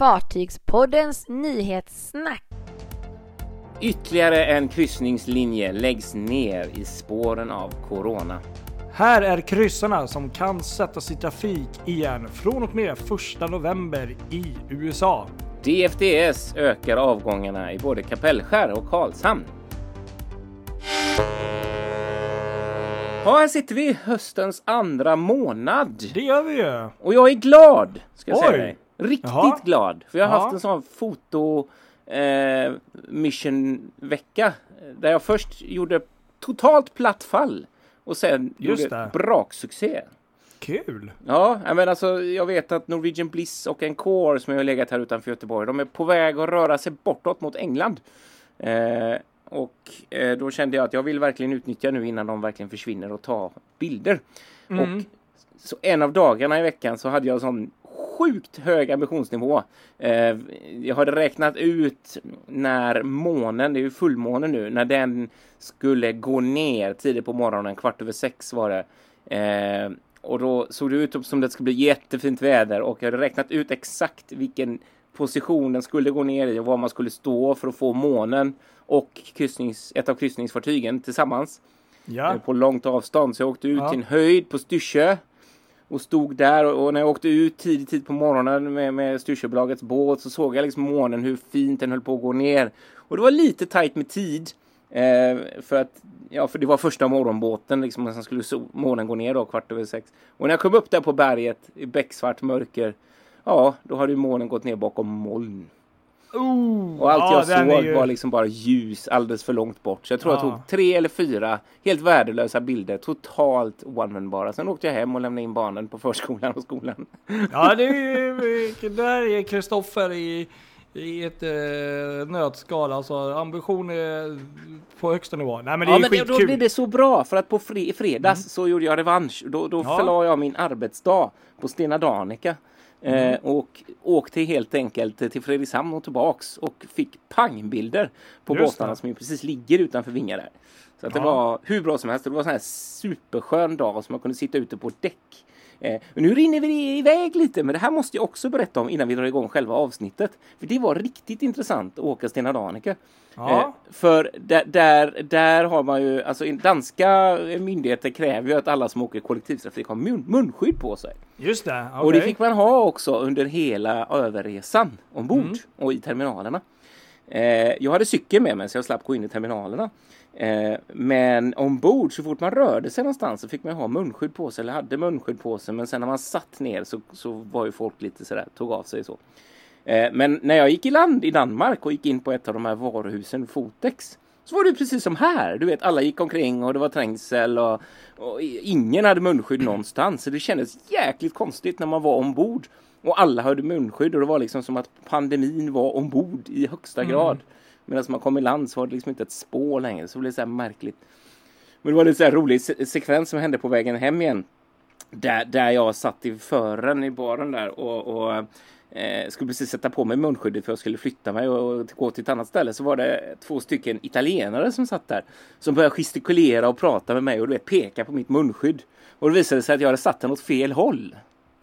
Fartygspoddens nyhetssnack. Ytterligare en kryssningslinje läggs ner i spåren av corona. Här är kryssarna som kan sättas i trafik igen från och med 1 november i USA. DFDS ökar avgångarna i både Kapellskär och Karlshamn. Ja, här sitter vi höstens andra månad. Det gör vi ju. Och jag är glad, ska jag säga dig. Riktigt glad. För jag har haft en sån mission-vecka. Där jag först gjorde totalt platt fall. Och sen gjorde braksuccé. Kul. Ja, men alltså jag vet att Norwegian Bliss och Encore som har legat här utanför Göteborg, de är på väg att röra sig bortåt mot England. Då kände jag att jag vill verkligen utnyttja nu innan de verkligen försvinner och ta bilder. Och så en av dagarna i veckan så hade jag en sån sjukt hög ambitionsnivå. Jag hade räknat ut när månen, det är ju fullmånen nu, när den skulle gå ner tidigt på morgonen, 6:15 var det. Och då såg det ut som det skulle bli jättefint väder och jag hade räknat ut exakt vilken position den skulle gå ner i och var man skulle stå för att få månen och ett av kryssningsfartygen tillsammans på långt avstånd. Så jag åkte ut till en höjd på Styrsö och stod där, och när jag åkte ut tidigt på morgonen med Styrsöbolagets båt så såg jag liksom månen, hur fint den höll på att gå ner. Och det var lite tajt med tid för det var första morgonbåten liksom, och sen skulle månen gå ner då 6:15. Och när jag kom upp där på berget i becksvart mörker, då hade ju månen gått ner bakom moln. Och allt jag såg var liksom bara ljus alldeles för långt bort. Så jag tror jag tog 3 eller 4 helt värdelösa bilder, totalt one-man-bara. Sen åkte jag hem och lämnade in barnen på förskolan och skolan. Ja, det där är Kristoffer i ett nötskal. Alltså ambition är på högsta nivå. Nej, men det är skitkul. Då blev det så bra, för att på fredags så gjorde jag revansch. Då förlade jag min arbetsdag på Stena Danica. Och åkte helt enkelt till Fredrikshamn och tillbaks och fick pangbilder på båtarna som ju precis ligger utanför vingar där. Så att det var hur bra som helst. Det var en sån här superskön dag som man kunde sitta ute på däck. Nu rinner vi iväg lite, men det här måste jag också berätta om innan vi drar igång själva avsnittet. För det var riktigt intressant att åka Stena Danica. För där har man ju, alltså danska myndigheter kräver ju att alla som åker kollektivtrafik har munskydd på sig. Just det, okay. Och det fick man ha också under hela överresan ombord och i terminalerna. Jag hade cykel med mig så jag slapp gå in i terminalerna. Men ombord, så fort man rörde sig någonstans så fick man ha munskydd på sig, eller hade munskydd på sig. Men sen när man satt ner så var ju folk lite sådär, tog av sig så. Men när jag gick i land i Danmark och gick in på ett av de här varuhusen, Fotex, så var det precis som här. Du vet, alla gick omkring och det var trängsel och ingen hade munskydd någonstans. Så det kändes jäkligt konstigt när man var ombord och alla hade munskydd, och det var liksom som att pandemin var ombord i högsta grad. Medan man kom i land så var det liksom inte ett spår längre, så det blev så här märkligt. Men det var lite så här rolig sekvens som hände på vägen hem igen. Där jag satt i fören i baren där och skulle precis sätta på mig munskyddet för jag skulle flytta mig och gå till ett annat ställe. Så var det 2 stycken italienare som satt där, som började gestikulera och prata med mig och peka på mitt munskydd. Och det visade sig att jag hade satt den åt fel håll.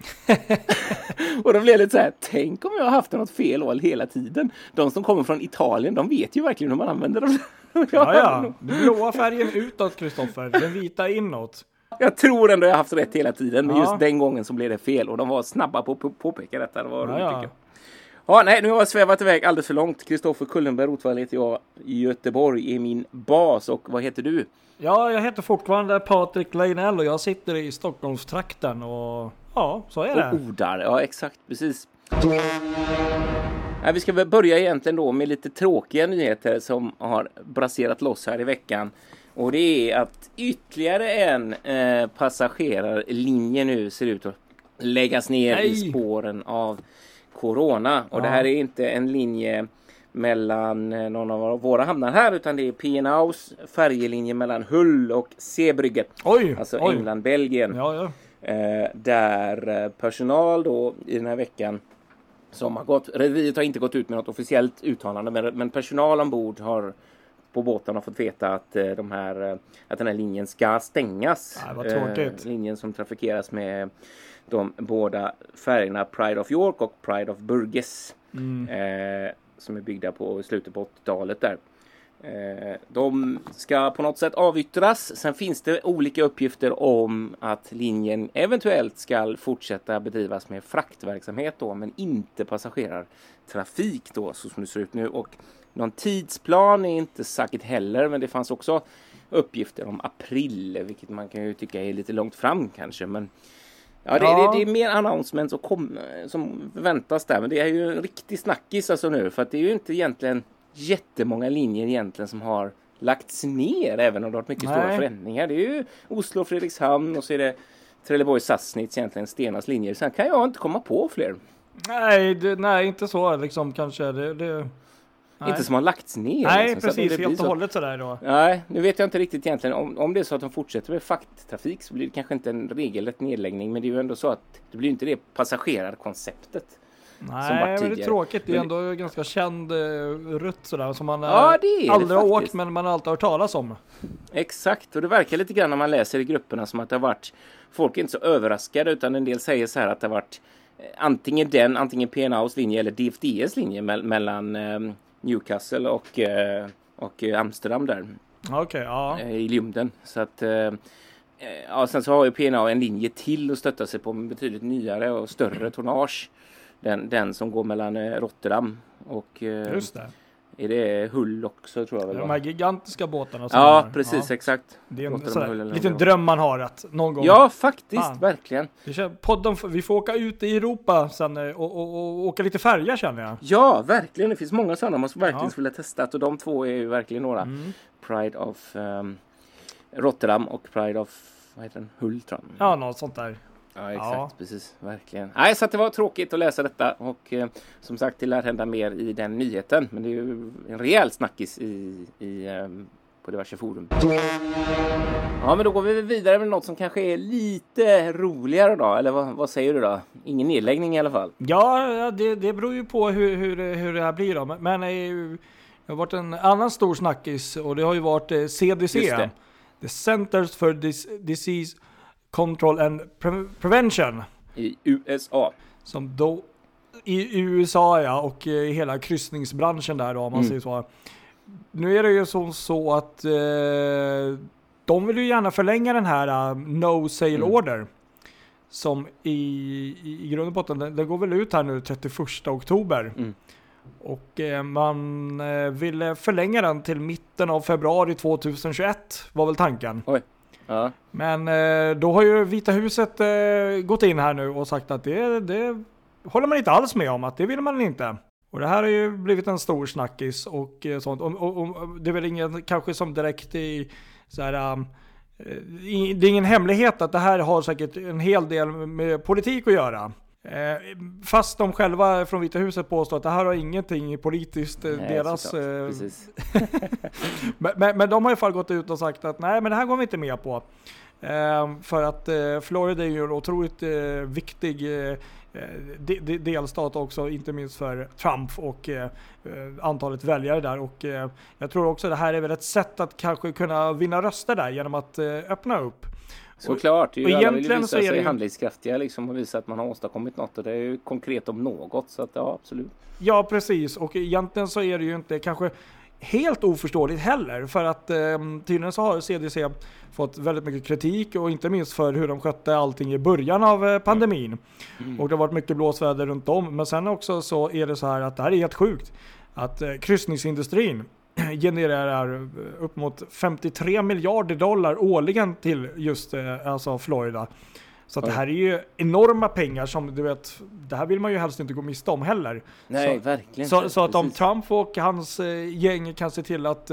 Och då blev det lite så här, tänk om jag har haft den åt fel håll hela tiden. De som kommer från Italien, de vet ju verkligen hur man använder dem. Den blåa färgen utåt, Kristoffer, den vita inåt. Jag tror ändå jag har haft rätt hela tiden, men just den gången så blev det fel och de var snabba på att påpeka detta. Det var roligt, tycker jag. Nu har jag svävat iväg alldeles för långt. Kristoffer Kullenberg Rotvall heter jag, i Göteborg är min bas. Och vad heter du? Ja, jag heter fortfarande Patrik Leinell och jag sitter i Stockholmstrakten och så är det. Och odar, ja exakt, precis. Vi ska väl börja egentligen då med lite tråkiga nyheter som har braserat loss här i veckan. Och det är att ytterligare en passagerarlinje nu ser ut att läggas ner i spåren av corona. Och det här är inte en linje mellan någon av våra hamnar här, utan det är P&A's färjelinje mellan Hull och Zeebrugge. Alltså England-Belgien. Där personal då i den här veckan som har gått, rederiet har inte gått ut med något officiellt uttalande, men personal ombord har på båten har fått veta att att den här linjen ska stängas. Vad tråkigt. Linjen som trafikeras med de båda färgerna Pride of York och Pride of Burgess. Som är byggda på slutet på 80-talet där. De ska på något sätt avyttras. Sen finns det olika uppgifter om att linjen eventuellt ska fortsätta bedrivas med fraktverksamhet då, men inte passagerartrafik då, så som det ser ut nu. Och någon tidsplan är inte säkert heller, men det fanns också uppgifter om april, vilket man kan ju tycka är lite långt fram kanske, men ja, det är mer announcements som väntas där, men det är ju en riktig snackis alltså nu, för att det är ju inte egentligen jättemånga linjer egentligen som har lagts ner, även om det har varit mycket stora förändringar. Det är ju Oslo, Fredrikshamn och så är det Trelleborg, Sassnitz, egentligen Stenas linjer. Sen kan jag inte komma på fler. Nej, inte så liksom kanske. Inte som har lagts ner. Nej, liksom, precis. Helt och hållet sådär då. Nej, nu vet jag inte riktigt egentligen. Om det är så att de fortsätter med frakttrafik så blir det kanske inte en regelrätt nedläggning. Men det är ju ändå så att det blir inte det passagerarkonceptet. Nej, men det är tråkigt. Det är ändå ganska känd rutt sådär som man aldrig har åkt, men man har alltid hört talas om. Exakt, och det verkar lite grann när man läser i grupperna som att det har varit, folk är inte så överraskade, utan en del säger så här att det har varit antingen P&A's linje eller DFDS linje mellan Newcastle och Amsterdam där. Okej, ja. I Ljunden. Så att sen så har ju P&A en linje till att stötta sig på med betydligt nyare och större tonnage. Den som går mellan Rotterdam och just det. Är det Hull också, tror jag väl? De här gigantiska båtarna. Ja, precis, exakt. Det är en liten dröm man har att någon gång. Ja, faktiskt, verkligen. Vi får åka ut i Europa sen och åka lite färja, känner jag. Ja, verkligen. Det finns många sådana man verkligen skulle testa. Och de två är ju verkligen några. Pride of Rotterdam och Pride of, vad heter den? Hull, tror jag. Ja, något sånt där. Ja, exakt, precis, verkligen. Nej, så att det var tråkigt att läsa detta och som sagt, det lär hända mer i den nyheten, men det är ju en rejäl snackis på diverse forum. Ja, men då går vi vidare med något som kanske är lite roligare då, eller vad säger du då? Ingen nedläggning i alla fall. Ja, det beror ju på hur det här blir då, men det har varit en annan stor snackis och det har ju varit CDC, The Centers for Disease Control and Prevention i USA. Som då i USA, ja, och i hela kryssningsbranschen där då, om man säger så. Nu är det ju så att de vill ju gärna förlänga den här no sail order som i grund och botten, den går väl ut här nu 31 oktober. Och man ville förlänga den till mitten av februari 2021 var väl tanken. Oj. Ja. Men då har ju Vita huset gått in här nu och sagt att det håller man inte alls med om, att det vill man inte. Och det här har ju blivit en stor snackis och sånt. Och det är väl ingen kanske som direkt i så här, det är ingen hemlighet att det här har säkert en hel del med politik att göra. Fast de själva från Vita huset påstår att det här har ingenting politiskt deras men de har i alla fall gått ut och sagt att nej, men det här går vi inte med på, för att Florida är ju en otroligt viktig delstat också, inte minst för Trump och antalet väljare där, och jag tror också det här är väl ett sätt att kanske kunna vinna röster där genom att öppna upp. Såklart, det är ju alla vill visa sig handlingskraftiga liksom, och visa att man har åstadkommit något, och det är ju konkret om något, så att ja, absolut. Ja, precis, och egentligen så är det ju inte kanske helt oförståeligt heller, för att tydligen så har CDC fått väldigt mycket kritik, och inte minst för hur de skötte allting i början av pandemin. Och det har varit mycket blåsväder runt om, men sen också så är det så här att det här är helt sjukt att kryssningsindustrin genererar upp mot 53 miljarder dollar årligen till just alltså Florida. Så att det här är ju enorma pengar som du vet, det här vill man ju helst inte gå miste om heller. Nej, verkligen. Så att om Trump och hans gäng kan se till att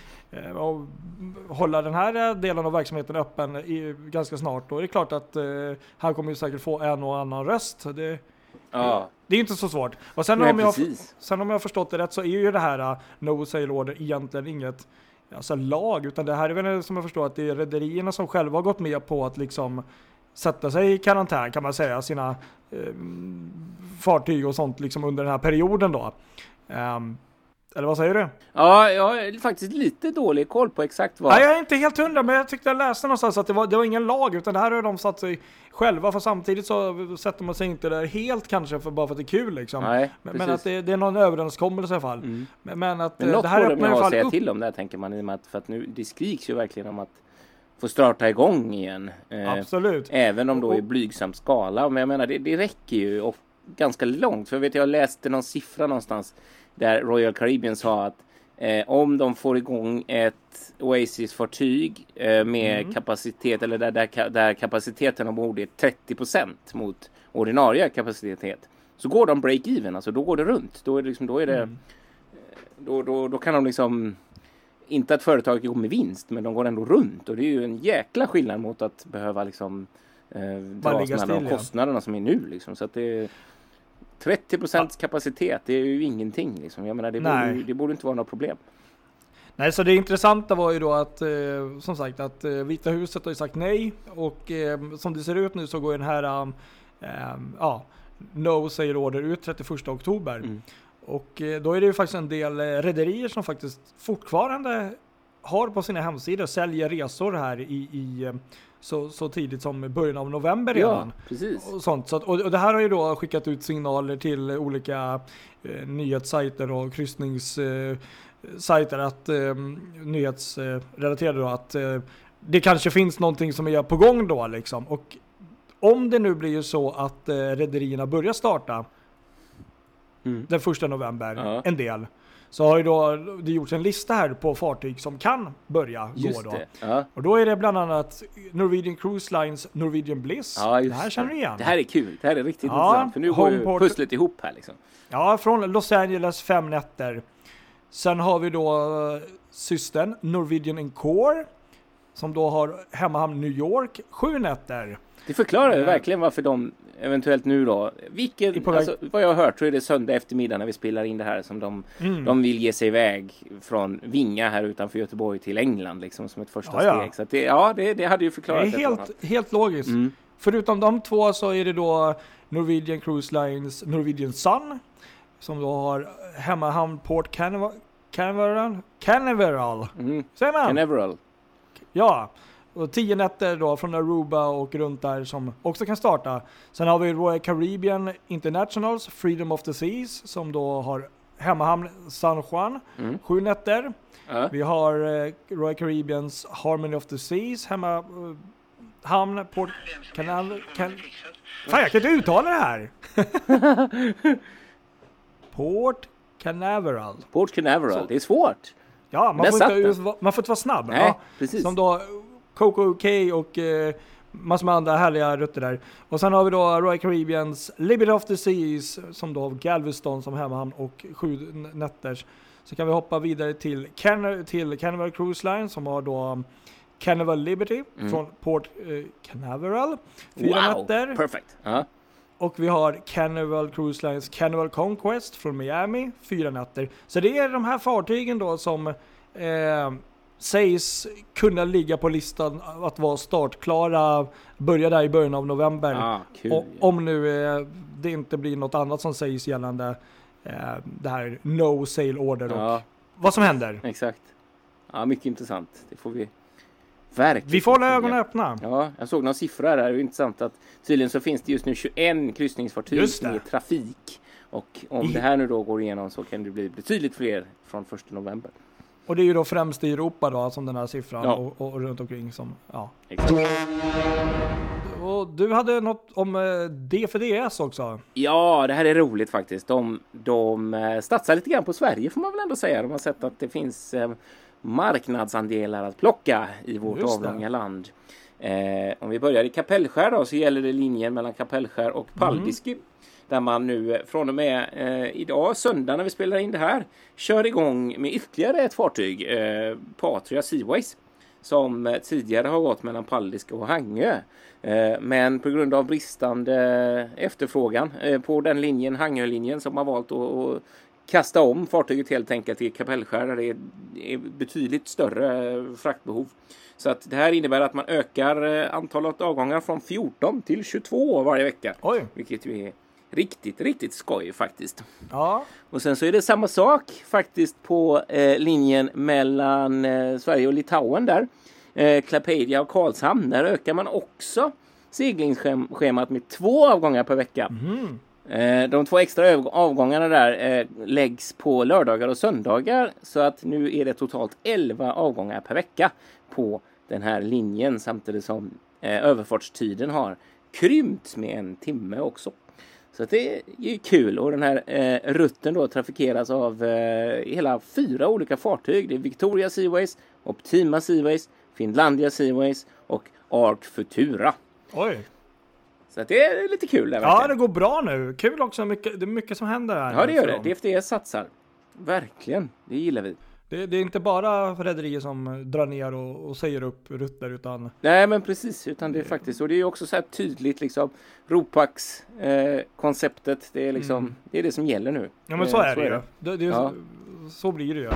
hålla den här delen av verksamheten öppen ganska snart, då är det klart att han kommer ju säkert få en och annan röst. Det är inte så svårt. Och sen, om jag har förstått det rätt, så är ju det här no sail order egentligen inget lag, utan det här är väl, som jag förstår, att det är rederierna som själva har gått med på att liksom sätta sig i karantän, kan man säga, sina fartyg och sånt liksom under den här perioden då. Eller vad säger du? Ja, jag har faktiskt lite dålig koll på exakt vad... Nej, jag är inte helt hundra, men jag tyckte jag läste någonstans att det var ingen lag, utan det här har de satt sig själva, för samtidigt så sätter man sig inte där helt kanske bara för att det är kul liksom. Nej, men att det är någon överenskommelse i alla fall. Men att Men något det här borde öppnar man i alla ha fall säga upp. till om det här, tänker man, i och med att, för att nu, det skriks ju verkligen om att få starta igång igen. Absolut. Även om då i blygsam skala. Men jag menar, det räcker ju och ganska långt. För jag läste någon siffra någonstans där Royal Caribbean sa att om de får igång ett Oasis-fartyg med kapacitet, eller där kapaciteten ombord är 30% mot ordinarie kapacitet, så går de break-even, alltså då går det runt. Då är det då kan de liksom, inte att företaget går med vinst, men de går ändå runt, och det är ju en jäkla skillnad mot att behöva liksom dras med de kostnaderna som är nu liksom. Så att det är 30% kapacitet, det är ju ingenting liksom. Jag menar, det borde inte vara något problem. Nej, så det intressanta var ju då att som sagt att Vita huset har ju sagt nej, och som det ser ut nu så går den här no säger order ut 31 oktober. Och då är det ju faktiskt en del rederier som faktiskt fortfarande har på sina hemsidor säljer resor här i så tidigt som början av november redan. Ja, precis. Och sånt. Så att, och det här har ju då skickat ut signaler till olika nyhetssajter och kryssningssajter att nyhetsrelaterade då, att det kanske finns någonting som är på gång då liksom. Och om det nu blir så att rederierna börjar starta den 1 november, en del, så har ju då det gjorts en lista här på fartyg som kan börja gå då. Och då är det bland annat Norwegian Cruise Lines Norwegian Bliss. Det här känner du igen. Det här är kul. Det här är riktigt intressant. För nu går ju pusslet ihop här liksom. Ja, från Los Angeles 5 nätter. Sen har vi då systern Norwegian Encore, som då har hemmahamn New York 7 nätter. Det förklarar ju verkligen varför de eventuellt nu då, alltså, vad jag har hört så är det söndag eftermiddag när vi spelar in det här som de vill ge sig iväg från Vinga här utanför Göteborg till England liksom, som ett första steg. Så att det hade ju förklarat. Det är helt logiskt. Förutom de två så är det då Norwegian Cruise Lines Norwegian Sun, som då har hemmahamn Port Canaveral. Säger man? Canaveral. Ja. Och 10 nätter då från Aruba och runt där som också kan starta. Sen har vi Royal Caribbean Internationals Freedom of the Seas, som då har hemmahamn San Juan 7 nätter. Vi har Royal Caribbeans Harmony of the Seas hemmahamn Port Canaveral. Fan, jag kan inte uttala det här. Port Canaveral. Port Canaveral, det är svårt. Ja, man får inte vara snabb. Nej, precis. Som då Coco K och massor med andra härliga rötter där. Och sen har vi då Royal Caribbeans Liberty of the Seas, som då har Galveston som hemmahamn och 7 nätter. Så kan vi hoppa vidare till Carnival Cruise Line, som har då Carnival Liberty från Port Canaveral 4 nätter. Perfect. Och vi har Carnival Cruise Lines Carnival Conquest från Miami 4 nätter. Så det är de här fartygen då som sägs kunna ligga på listan att vara startklara, börja där i början av november. Kul. Om nu det inte blir något annat som sägs gällande det här no sail order och vad som händer. Exakt. Ja, mycket intressant. Det får vi verkligen. Vi får hålla ögonen öppna. Ja, jag såg några siffror här. Det är intressant att tydligen så finns det just nu 21 kryssningsfartyg i trafik. Och om det här nu då går igenom så kan det bli betydligt fler från 1 november. Och det är ju då främst i Europa då, som den här siffran och runt omkring som, Exakt. Och du hade något om DFDS också. Ja, det här är roligt faktiskt. De satsar lite grann på Sverige, får man väl ändå säga. De har sett att det finns marknadsandelar att plocka i vårt avlånga land. Om vi börjar i Kapellskär då, så gäller det linjen mellan Kapellskär och Paldiski. Där man nu från och med idag, söndag när vi spelar in det här, kör igång med ytterligare ett fartyg, Patria Seaways, som tidigare har gått mellan Paldiski och Hangö. Men på grund av bristande efterfrågan på den linjen, Hangö-linjen, som har valt att kasta om fartyget helt enkelt till Kapellskär, där det är betydligt större fraktbehov. Så att det här innebär att man ökar antalet avgångar från 14 till 22 varje vecka. Oj. Vilket ju är Riktigt skoj faktiskt. Ja. Och sen så är det samma sak faktiskt på linjen mellan Sverige och Litauen där. Klaipėda och Karlshamn. Där ökar man också seglingsschemat med 2 avgångar per vecka. De 2 extra avgångarna där läggs på lördagar och söndagar. Så att nu är det totalt 11 avgångar per vecka på den här linjen. Samtidigt som överfartstiden har krympt med 1 timme också. Så att det är ju kul. Och den här rutten då trafikeras av hela 4 olika fartyg. Det är Victoria Seaways, Optima Seaways, Finlandia Seaways och Ark Futura. Oj. Så att det är lite kul där. Ja, det går bra nu. Kul också. Det är mycket som händer här. Ja, det gör det. DFDS satsar. Verkligen. Det gillar vi. Det är inte bara rederier som drar ner och säger upp rutter utan... Nej, men precis. Utan det är faktiskt... Och det är också så här tydligt liksom. Ropax konceptet. Det är liksom... Det är det som gäller nu. Ja, men så är det ju. Så blir det ju.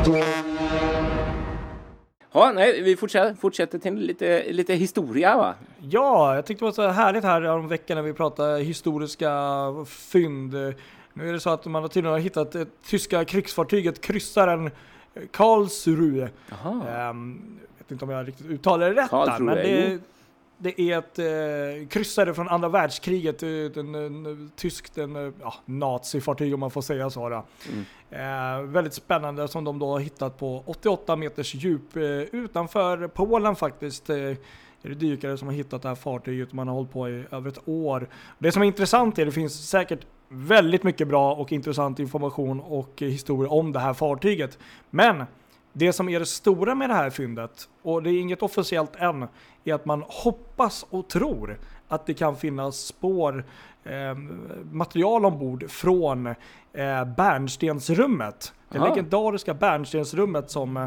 Ja, nej, vi fortsätter till lite historia, va? Ja, jag tyckte det var så härligt här om veckan när vi pratade historiska fynd. Nu är det så att man tydligen har hittat ett tyska krigsfartyget, kryssaren Karlsruhe. Jag vet inte om jag riktigt uttalar det rätt där, men det är ett kryssare från andra världskriget, en tyskt nazifartyg om man får säga så då. Väldigt spännande som de då har hittat på 88 meters djup utanför Polen faktiskt. Är det dykare som har hittat det här fartyget, man har hållit på i över 1 år. Det som är intressant är att det finns säkert väldigt mycket bra och intressant information och historia om det här fartyget. Men det som är det stora med det här fyndet, och det är inget officiellt än, är att man hoppas och tror att det kan finnas spår, material ombord från Bärnstensrummet. Det legendariska Bärnstensrummet som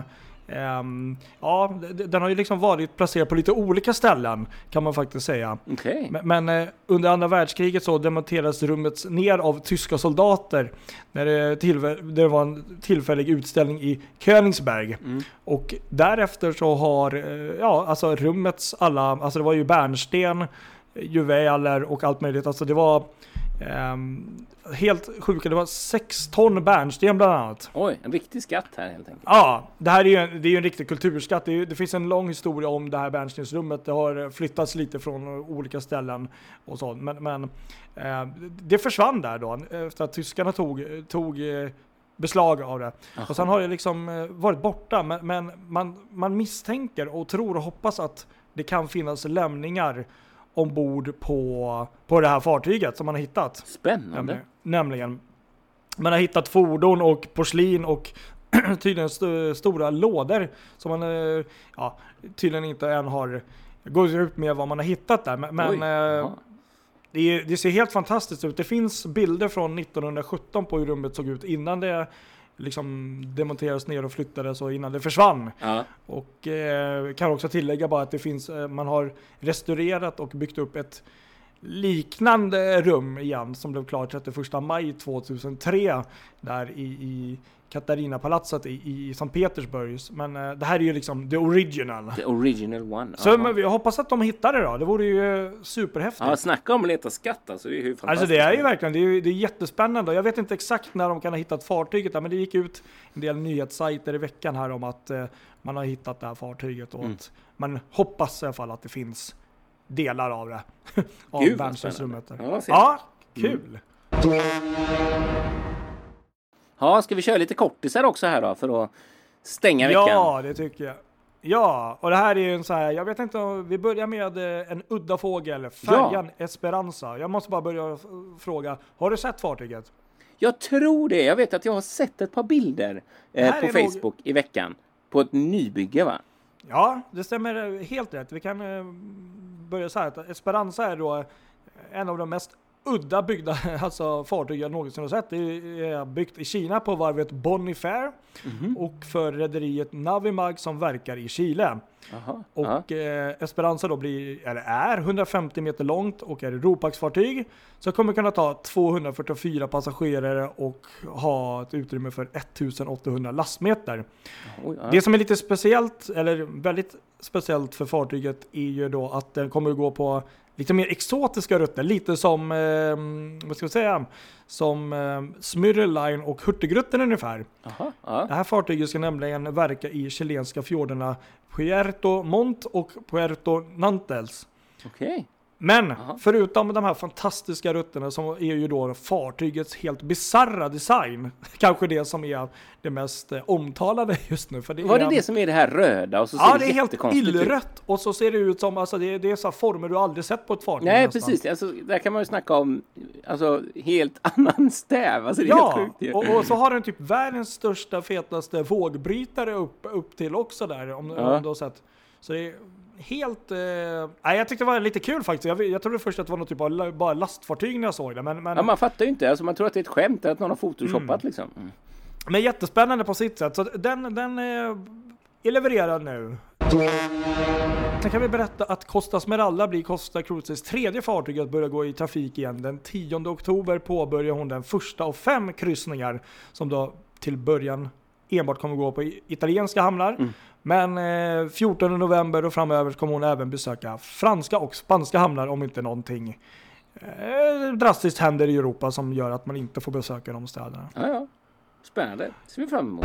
den har ju liksom varit placerad på lite olika ställen kan man faktiskt säga. Okay. Men under andra världskriget så demonterades rummet ner av tyska soldater när det var en tillfällig utställning i Königsberg. Och därefter så har rummets alla, det var ju bärnsten, juveler och allt möjligt. Alltså det var helt sjuka. Det var 6 ton bärnsten bland annat. Oj, en riktig skatt här helt enkelt. Ja, det här är ju en riktig kulturskatt. Det finns en lång historia om det här bärnstensrummet. Det har flyttats lite från olika ställen och så. Men det försvann där då efter att tyskarna tog beslag av det. Aha. Och sen har det liksom varit borta. Men man misstänker och tror och hoppas att det kan finnas lämningar ombord på det här fartyget som man har hittat. Spännande. Nämligen. Man har hittat fordon och porslin och tydligen stora lådor som man tydligen inte än har gått ut med vad man har hittat där. Men det ser helt fantastiskt ut. Det finns bilder från 1917 på hur rummet såg ut innan det liksom demonteras ner och flyttades och innan det försvann. Ja. Och kan också tillägga bara att det finns, man har restaurerat och byggt upp ett liknande rum igen som blev klart 31 maj 2003 där i Katarina-palatset i Sankt Petersburg. Men det här är ju liksom the original. The original one. Så men vi hoppas att de hittar det då. Det vore ju superhäftigt. Ja, snacka om att leta skatt alltså. Det är ju fantastiskt. Alltså det är ju verkligen, det är jättespännande. Jag vet inte exakt när de kan ha hittat fartyget där, men det gick ut en del nyhetssajter i veckan här om att man har hittat det här fartyget och att man hoppas i alla fall att det finns delar av det. Av Bärnstensrummet. Ja, kul. Ja, ska vi köra lite kortisar också här då för att stänga veckan? Ja, det tycker jag. Ja, och det här är ju en så här, jag vet inte om vi börjar med en udda fågel, färjan Esperanza. Jag måste bara börja fråga, har du sett fartyget? Jag tror det. Jag vet att jag har sett ett par bilder på Facebook i veckan på ett nybygge, va? Ja, det stämmer helt rätt. Vi kan börja så här att Esperanza är då en av de mest udda byggda fartyg jag någonsin har sett. Det är byggt i Kina på varvet Bonifair och för rederiet Navimag som verkar i Chile. Aha, och Esperanza då är 150 meter långt och är Ropax-fartyg så kommer kunna ta 244 passagerare och ha ett utrymme för 1800 lastmeter. Det som är lite speciellt, eller väldigt speciellt för fartyget är ju då att den kommer att gå på lite mer exotiska rutter. Lite som, vad ska jag säga, som Smyril Line och Hurtigruten ungefär. Aha, ja. Det här fartyget ska nämligen verka i chilenska fjordarna Puerto Montt och Puerto Nantes. Okej. Men förutom de här fantastiska rutterna som är ju då fartygets helt bizarra design, kanske det som är det mest omtalade just nu. För det Var det som är det här röda och så ser ja, det är helt jättekonstigt illrött och så ser det ut som, alltså det är så former du aldrig sett på ett fartyg. Nej, nästan. precis. Alltså, där kan man ju snacka om alltså, helt annan stäv. Alltså, det är helt sjukt. Och så har den typ världens största, fetaste vågbrytare upp till också där. Om du har sett. Så det är helt... jag tyckte det var lite kul faktiskt. Jag trodde först att det var något typ av bara lastfartyg när jag såg det. Men... Ja, man fattar ju inte. Alltså, man tror att det är ett skämt att någon har photoshoppat liksom. Mm. Men jättespännande på sitt sätt. Så den är levererad nu. Sen kan vi berätta att Costa Smeralda blir Costa Cruises tredje fartyg att börja gå i trafik igen. Den 10 oktober påbörjar hon den första av 5 kryssningar som då till början enbart kommer gå på italienska hamnar. Men 14 november och framöver kommer hon även besöka franska och spanska hamnar om inte någonting drastiskt händer i Europa som gör att man inte får besöka de städerna. Ja. Spännande. Ser vi fram emot.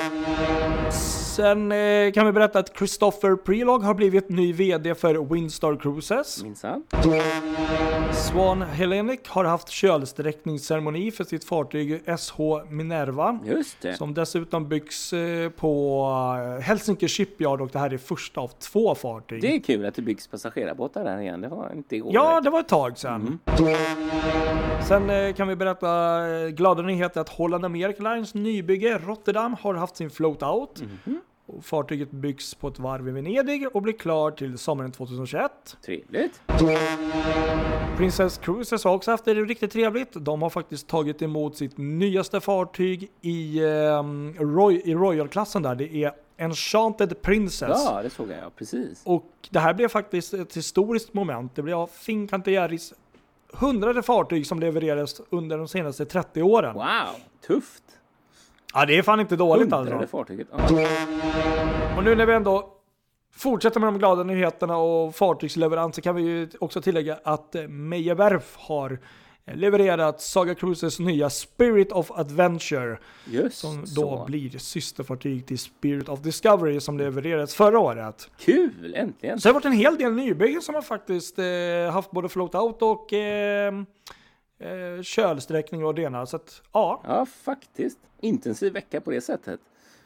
Sen kan vi berätta att Christopher Prelog har blivit ny vd för Windstar Cruises. Minsann. Swan Hellenic har haft kölsträckningsceremoni för sitt fartyg SH Minerva. Just det. Som dessutom byggs på Helsinki Shipyard och det här är första av 2 fartyg. Det är kul att det byggs passagerarbåtar där igen. Det var inte igår. Ja, det var ett tag sedan. Sen kan vi berätta glada nyheter att Holland America Lines nybygge Rotterdam har haft sin float out. Och fartyget byggs på ett varv i Venedig och blir klar till sommaren 2021. Trevligt. Princess Cruises har också haft det riktigt trevligt. De har faktiskt tagit emot sitt nyaste fartyg i Royal-klassen där. Det är Enchanted Princess. Ja, det såg jag, precis. Och det här blev faktiskt ett historiskt moment. Det blev Fincantieri's 100:e fartyg som levererades under de senaste 30 åren. Wow, tufft. Ja, det är fan inte dåligt alltså. Fartyget. Och nu när vi ändå fortsätter med de glada nyheterna och fartygsleveranser kan vi ju också tillägga att Meyer-Werf har levererat Saga Cruises nya Spirit of Adventure. Just som då så. blir systerfartyg till Spirit of Discovery som levererades förra året. Kul, äntligen. Så det har varit en hel del nybyggen som har faktiskt haft både float out och kölsträckning och det ena. Så att, ja, faktiskt. Intensiv vecka på det sättet.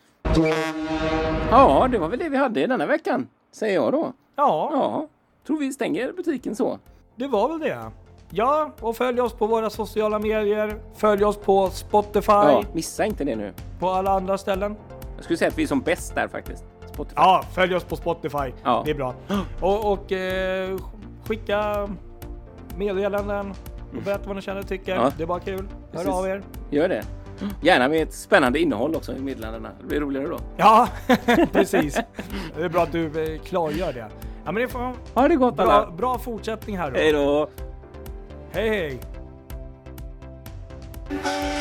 Ja, det var väl det vi hade i denna veckan, säger jag då. Ja. Tror vi stänger butiken så. Det var väl det. Ja, och följ oss på våra sociala medier. Följ oss på Spotify. Ja, missa inte det nu. På alla andra ställen. Jag skulle säga att vi är som bäst där faktiskt. Spotify. Ja, följ oss på Spotify. Ja. Det är bra. Och skicka meddelanden. Och berätta vad ni känner och tycker. Ja. Det är bara kul. Hör Precis. av er. Gör det. Gärna med ett spännande innehåll också i meddelandena. Det blir roligare då. Ja, precis. Det är bra att du klargör det. Ja, men det får Ha det gott alla. bra fortsättning här då. Hej då. Hej hej.